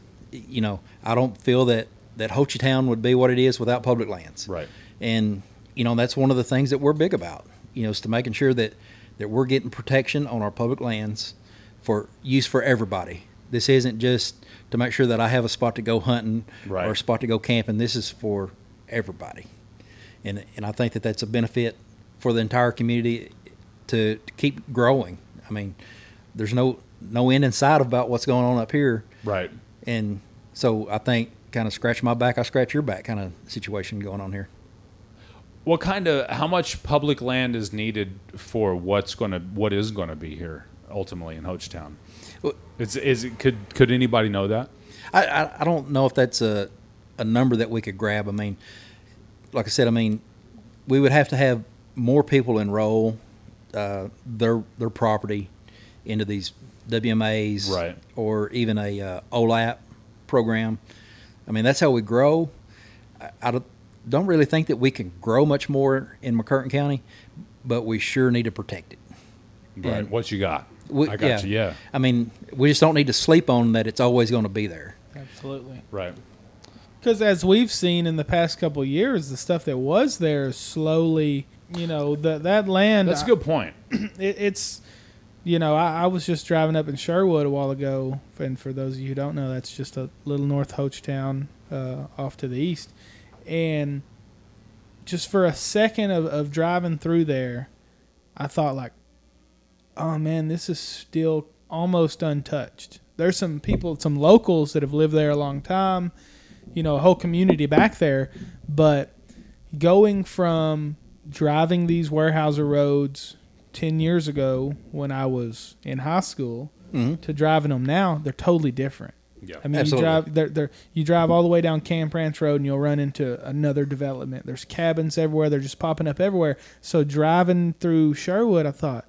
I don't feel that Ho Chi Town would be what it is without public lands. Right. And, that's one of the things that we're big about, is to making sure that we're getting protection on our public lands for use for everybody. This isn't just to make sure that I have a spot to go hunting or a spot to go camping. This is for everybody. And I think that that's a benefit for the entire community to keep growing. There's no end in sight about what's going on up here. Right. And so I think kind of scratch my back, I scratch your back kind of situation going on here. How much public land is needed for what is going to be here ultimately in Hochtown? Well, Could anybody know that? I don't know if that's a number that we could grab. I mean, like I said, we would have to have more people enroll their property into these WMAs, Right. or even a OLAP program. I mean, that's how we grow. I don't really think that we can grow much more in McCurtain County, but we sure need to protect it. Right. And What you got? we- I got you. Yeah. I mean, we just don't need to sleep on that it's always going to be there. Absolutely. Right. Because as we've seen in the past couple of years, the stuff that was there is slowly, that land. That's a good point. It's, I was just driving up in Sherwood a while ago, and for those of you who don't know, that's just a little North Hochtown off to the east. And just for a second of driving through there, I thought like, oh man, this is still almost untouched. There's some people, some locals that have lived there a long time, a whole community back there. But going from driving these Weyerhaeuser roads 10 years ago when I was in high school to driving them now, they're totally different. Yeah. I mean, Absolutely. you drive all the way down Camp Ranch Road and you'll run into another development. There's cabins everywhere. They're just popping up everywhere. So driving through Sherwood, I thought,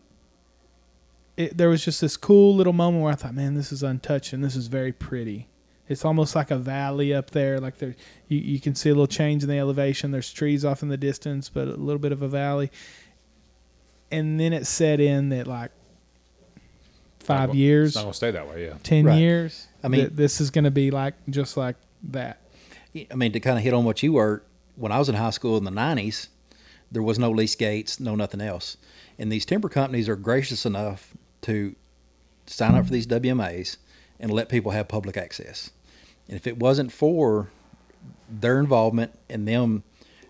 there was just this cool little moment where I thought, man, this is untouched and this is very pretty. It's almost like a valley up there. Like you can see a little change in the elevation. There's trees off in the distance, but a little bit of a valley. And then it set in that like 5 years, It's not going to stay that way. Yeah. 10 Right. years. I mean- this is going to be like just like that. I mean, to kind of hit on what you were, when I was in high school in the 90s, there was no lease gates, no nothing else. And these timber companies are gracious enough to sign up for these WMAs and let people have public access. And if it wasn't for their involvement and them,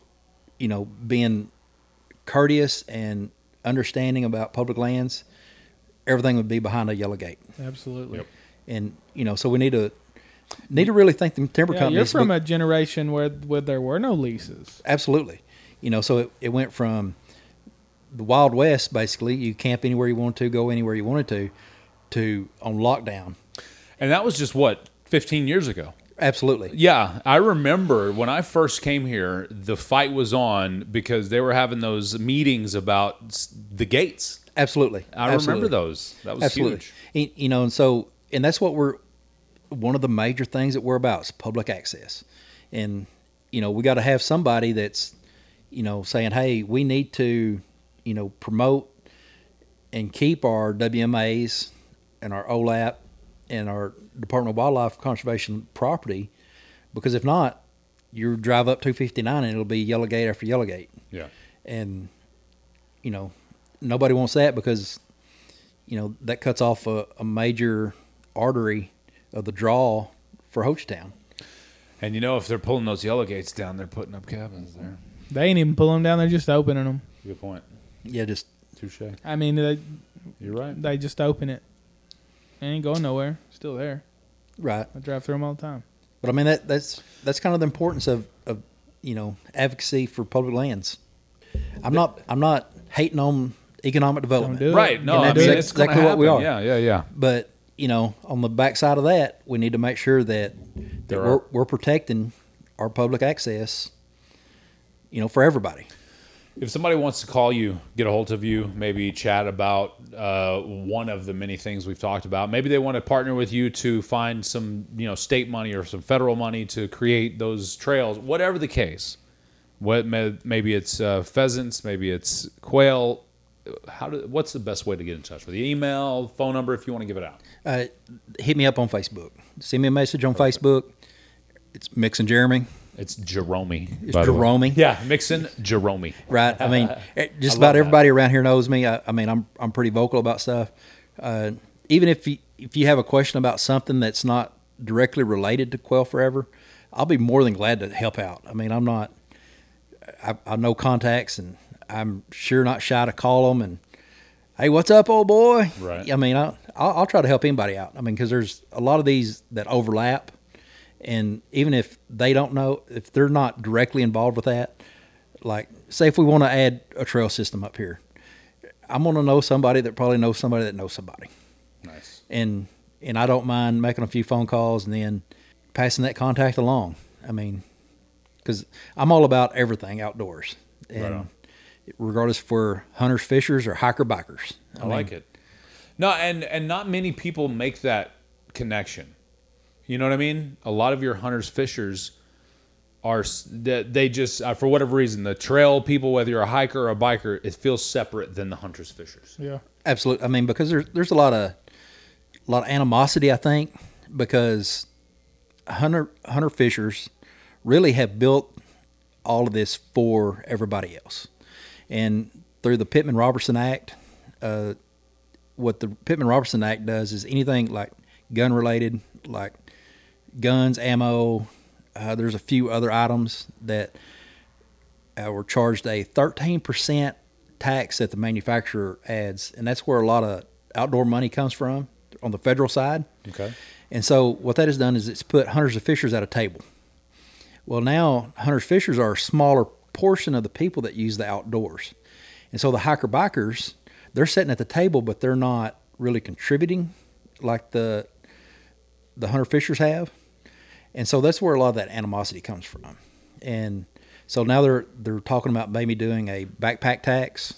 being courteous and understanding about public lands, everything would be behind a yellow gate. Absolutely. Yep. And, so we need to really thank the timber Yeah, companies. you're from a generation where there were no leases. Absolutely. So it went from the Wild West, basically, you camp anywhere you wanted to, go anywhere you wanted to on lockdown. And that was just 15 years ago. Absolutely. Yeah, I remember when I first came here, the fight was on because they were having those meetings about the gates. Absolutely. I remember those. That was huge. And that's what one of the major things that we're about is public access. And, we got to have somebody that's, saying, hey, we need to, promote and keep our WMAs and our OLAP and our Department of Wildlife Conservation property, because if not, you drive up 259 and it'll be yellow gate after yellow gate. Yeah. And, nobody wants that because, that cuts off a major artery of the draw for Hochtown. And if they're pulling those yellow gates down, they're putting up cabins there. They ain't even pulling them down. They're just opening them. Good point. Yeah, just Touche. I mean, You're right. they just open it. They ain't going nowhere. Still there. right. I drive through them all the time. But I mean that's kind of the importance of advocacy for public lands. I'm not hating on economic development. Don't do it. Right. No, And I that's mean, it's exactly gonna what we happen. are. Yeah. But on the backside of that, we need to make sure that we're protecting our public access, for everybody. If somebody wants to call you, get a hold of you, maybe chat about one of the many things we've talked about. Maybe they want to partner with you to find some, state money or some federal money to create those trails. Whatever the case, maybe it's pheasants, maybe it's quail. What's the best way to get in touch with you? Email, phone number, if you want to give it out. Hit me up on Facebook. Send me a message on Facebook. It's Mixon Jeremy. It's Jerome. It's Jerome. Yeah, Mixon Jerome. Right. I mean, just about everybody around here knows me. I mean, I'm pretty vocal about stuff. Even if you have a question about something that's not directly related to Quail Forever, I'll be more than glad to help out. I mean, I know contacts, and I'm sure not shy to call them and, hey, what's up, old boy? Right. I mean, I'll try to help anybody out. I mean, because there's a lot of these that overlap. And even if they don't know, if they're not directly involved with that, Like, say if we want to add a trail system up here, I'm going to know somebody that probably knows somebody that knows somebody. Nice. And I don't mind making a few phone calls and then passing that contact along. I mean, because I'm all about everything outdoors. And Right on. regardless if we're hunters, fishers, or hiker bikers. I like it. No, and not many people make that connection. You know what I mean? A lot of your hunters, fishers are they just for whatever reason, the trail people, whether you're a hiker or a biker, it feels separate than the hunters, fishers. Yeah. Absolutely. I mean, because there's a lot of animosity, I think, because hunter fishers really have built all of this for everybody else. And through the Pittman-Robertson Act, what the Pittman-Robertson Act does is anything like gun-related, like guns, ammo, there's a few other items that were charged a 13% tax that the manufacturer adds, and that's where a lot of outdoor money comes from on the federal side. Okay. And so what that has done is it's put hunters and fishers at a table. Well, now hunters fishers are a smaller portion of the people that use the outdoors. And so the hiker bikers, they're sitting at the table, but they're not really contributing like the hunter fishers have. And so that's where a lot of that animosity comes from. And so now they're talking about maybe doing a backpack tax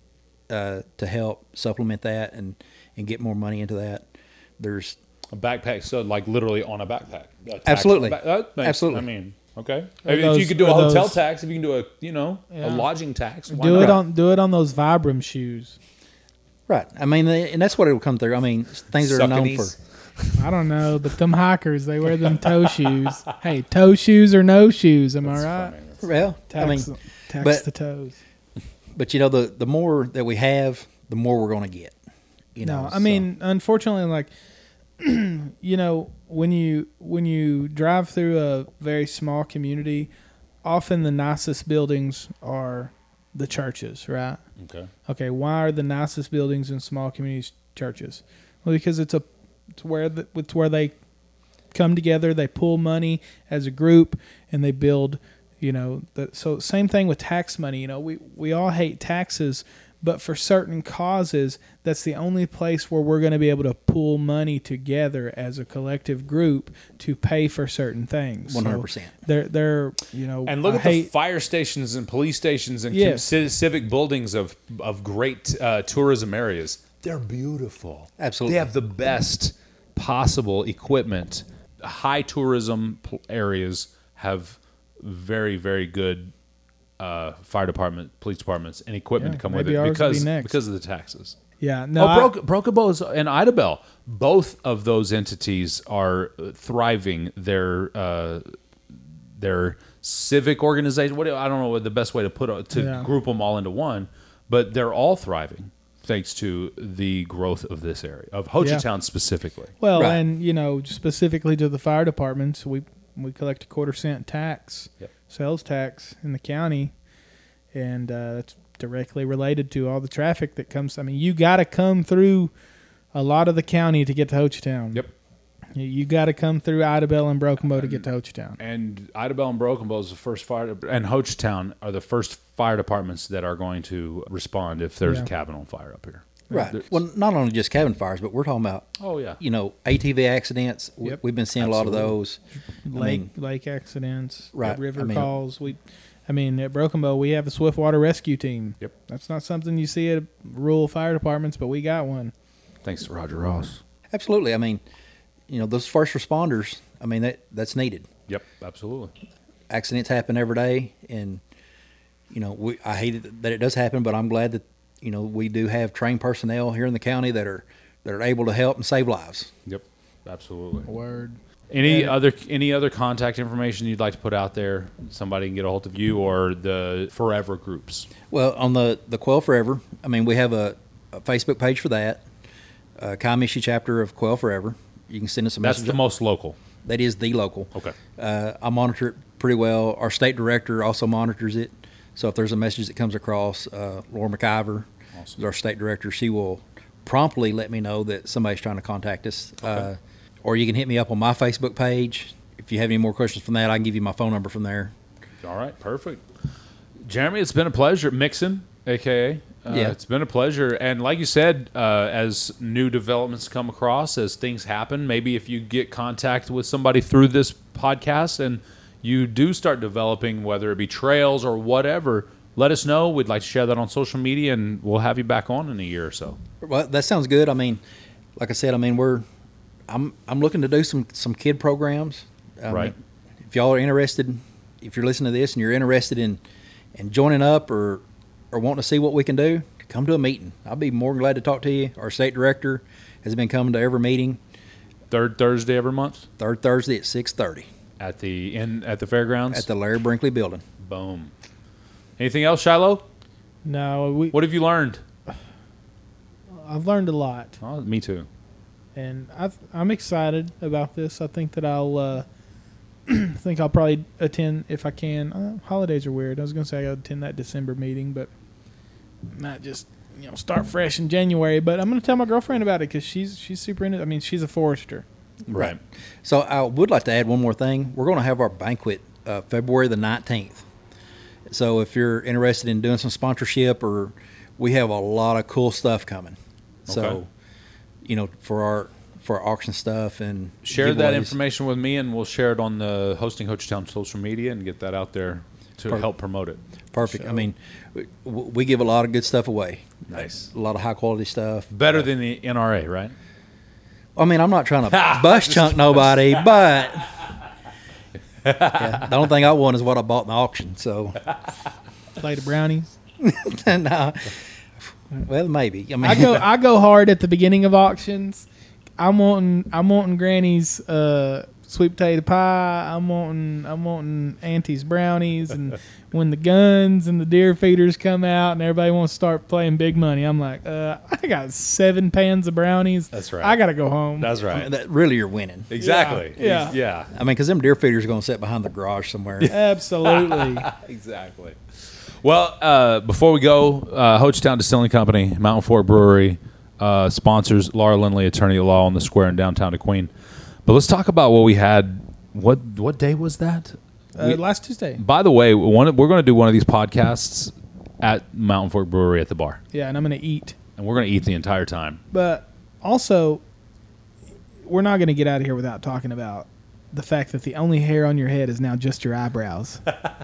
to help supplement that and get more money into that. There's A backpack, so like literally on a backpack. A tax Absolutely. on a that makes- Absolutely. I mean, okay. Are If those- you could do a are hotel those- tax, if you can do a a Yeah. lodging tax, why Do not? it on those Vibram shoes. right. I mean, and that's what it will come through. I mean, things that are known for. Suckities. I don't know, but them hikers, they wear them toe shoes. Hey, toe shoes or no shoes? Am I right? Funny. Well, Tax, I mean, tax but- the toes. but you know, the more that we have, the more we're going to get. You know, No, I mean, unfortunately, like you know, when you drive through a very small community, often the nicest buildings are the churches, right? Okay. Okay, why are the nicest buildings in small communities churches? Well, because it's where they come together, they pull money as a group, and they build. You know, so same thing with tax money. You know, we all hate taxes, but for certain causes, that's the only place where we're going to be able to pull money together as a collective group to pay for certain things. 100%. They're you know, And look I at the hate, fire stations and police stations and Yes. civic buildings of great tourism areas. They're beautiful. Absolutely. They have the best possible equipment. High tourism areas have very, very good fire department, police departments, and equipment Yeah, to come with maybe it ours will be next. because of the taxes. yeah, no, Broken Bow and Idabel, both of those entities are thriving. Their civic organization. I don't know what the best way to put it, to Yeah. group them all into one, but they're all thriving thanks to the growth of this area of Ho Chi Yeah. Town specifically. well, Right. and you know, specifically to the fire departments, we collect a 1/4 cent tax, Yep. sales tax in the county, and that's directly related to all the traffic that comes. I mean, you got to come through a lot of the county to get to Ho Chi Town. Yep. You got to come through Idabel and Broken Bow to get to Ho Chi Town. And Idabel and Broken Bow is the first fire, and Ho Chi Town are the first fire departments that are going to respond if there's Yeah. a cabin on fire up here. right. There's- Well, not only just cabin fires, but we're talking about, Oh yeah. you know, ATV accidents. Yep. We've been seeing a lot of Absolutely. those. Lake accidents, Right. river I mean- calls. I mean, at Broken Bow, we have a Swiftwater rescue team. Yep. That's not something you see at rural fire departments, but we got one. Thanks to Roger Ross. Absolutely. I mean, you know, those first responders, I mean, that's needed. Yep. Absolutely. Accidents happen every day, and, you know, I hate it that it does happen, but I'm glad that, you know, we do have trained personnel here in the county that are able to help and save lives. Yep. Absolutely. Word. Any other contact information you'd like to put out there? Somebody can get a hold of you or the Forever groups. Well, on the Quail Forever, I mean, we have a Facebook page for that, Comiskey chapter of Quail Forever. You can send us a That's message. the most local. That is the local. Okay. I monitor it pretty well. Our state director also monitors it. So if there's a message that comes across, Laura McIver Awesome. is our state director. She will promptly let me know that somebody's trying to contact us. Okay. Or you can hit me up on my Facebook page. If you have any more questions from that, I can give you my phone number from there. All right. Perfect. Jeremy, it's been a pleasure. Mixon, a.k.a. Yeah. It's been a pleasure. And like you said, as new developments come across, as things happen, maybe if you get contact with somebody through this podcast and you do start developing, whether it be trails or whatever, let us know. We'd like to share that on social media, and we'll have you back on in a year or so. Well, that sounds good. I mean, like I said, I mean, I'm looking to do some kid programs. Right. If y'all are interested, if you're listening to this and you're interested in joining up or wanting to see what we can do, come to a meeting. I'll be more than glad to talk to you. Our state director has been coming to every meeting. Third Thursday every month Third Thursday at 6:30 at the fairgrounds. at the Larry Brinkley building. Boom. Anything else, Shiloh? No, What have you learned? I've learned a lot, Oh, me too. and I'm excited about this. I think that I'll probably attend if I can. Holidays are weird. I was going to say I got to attend that December meeting, but might just start fresh in January. But I'm going to tell my girlfriend about it because she's super into it. I mean, she's a forester. Right. So I would like to add one more thing. We're going to have our banquet February the 19th. So if you're interested in doing some sponsorship, or we have a lot of cool stuff coming. So, Okay. For our auction stuff and Share that giveaways. information with me, and we'll share it on the Hosting Hochtown social media and get that out there to help promote it. Perfect. I mean, we give a lot of good stuff away. Nice. A lot of high quality stuff. Better than the NRA, right? I mean, I'm not trying to bust chunk nobody, but the only thing I won is what I bought in the auction. So, Plate of brownies. no. Well, maybe. I mean, I go hard at the beginning of auctions. I'm wanting Granny's sweet potato pie. I'm wanting Auntie's brownies, and when the guns and the deer feeders come out and everybody wants to start playing big money, I'm like, I got 7 pans of brownies. That's right. I gotta go home. That's I right. mean, that really you're winning. Exactly. Yeah. Yeah. I mean, because them deer feeders are going to sit behind the garage somewhere. Absolutely. Exactly. Well, before we go, Hochtown Distilling Company, Mountain Fork Brewery, sponsors Laura Lindley, attorney at law on the square in downtown Queen. But let's talk about what we had. What day was that? Last Tuesday. By the way, we're going to do one of these podcasts at Mountain Fork Brewery at the bar, Yeah, and I'm gonna eat. and we're going to eat the entire time. But also, we're not going to get out of here without talking about the fact that the only hair on your head is now just your eyebrows.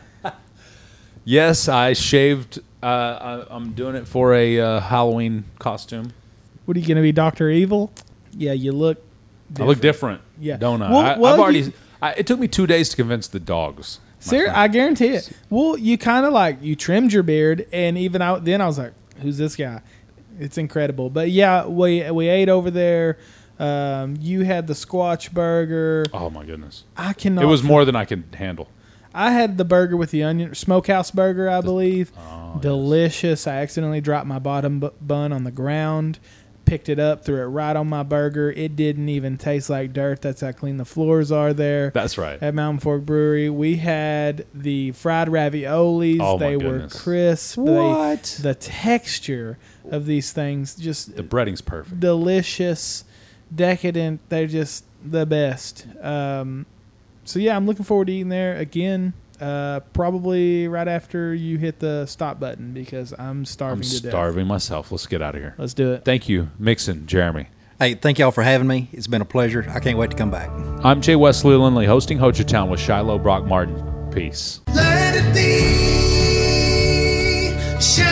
Yes, I shaved. I'm doing it for a Halloween costume. What are you going to be, Dr. Evil? Yeah, you look different. I look different, Yeah. don't I? Well, I've already. you- It took me 2 days to convince the dogs. I guarantee it. Well, you kind of you trimmed your beard, and even then I was like, who's this guy? It's incredible. But yeah, we ate over there. You had the Squatch burger. Oh my goodness! I cannot. It was more than I could handle. I had the burger with the onion smokehouse burger, I believe. Delicious. I accidentally dropped my bottom bun on the ground, picked it up, threw it right on my burger. It didn't even taste like dirt. That's how clean the floors are there. That's right. At Mountain Fork Brewery, we had the fried raviolis. Oh, my they were goodness. crisp. What? The texture of these things just The breading's perfect. delicious, decadent. They're just the best. So yeah, I'm looking forward to eating there again. Probably right after you hit the stop button because I'm I'm starving to death. starving myself. Let's get out of here. Let's do it. Thank you, Mixon, Jeremy. Hey, thank y'all for having me. It's been a pleasure. I can't wait to come back. I'm Jay Wesley Lindley, hosting Hochtown with Shiloh Brock Martin. Peace. Let it be.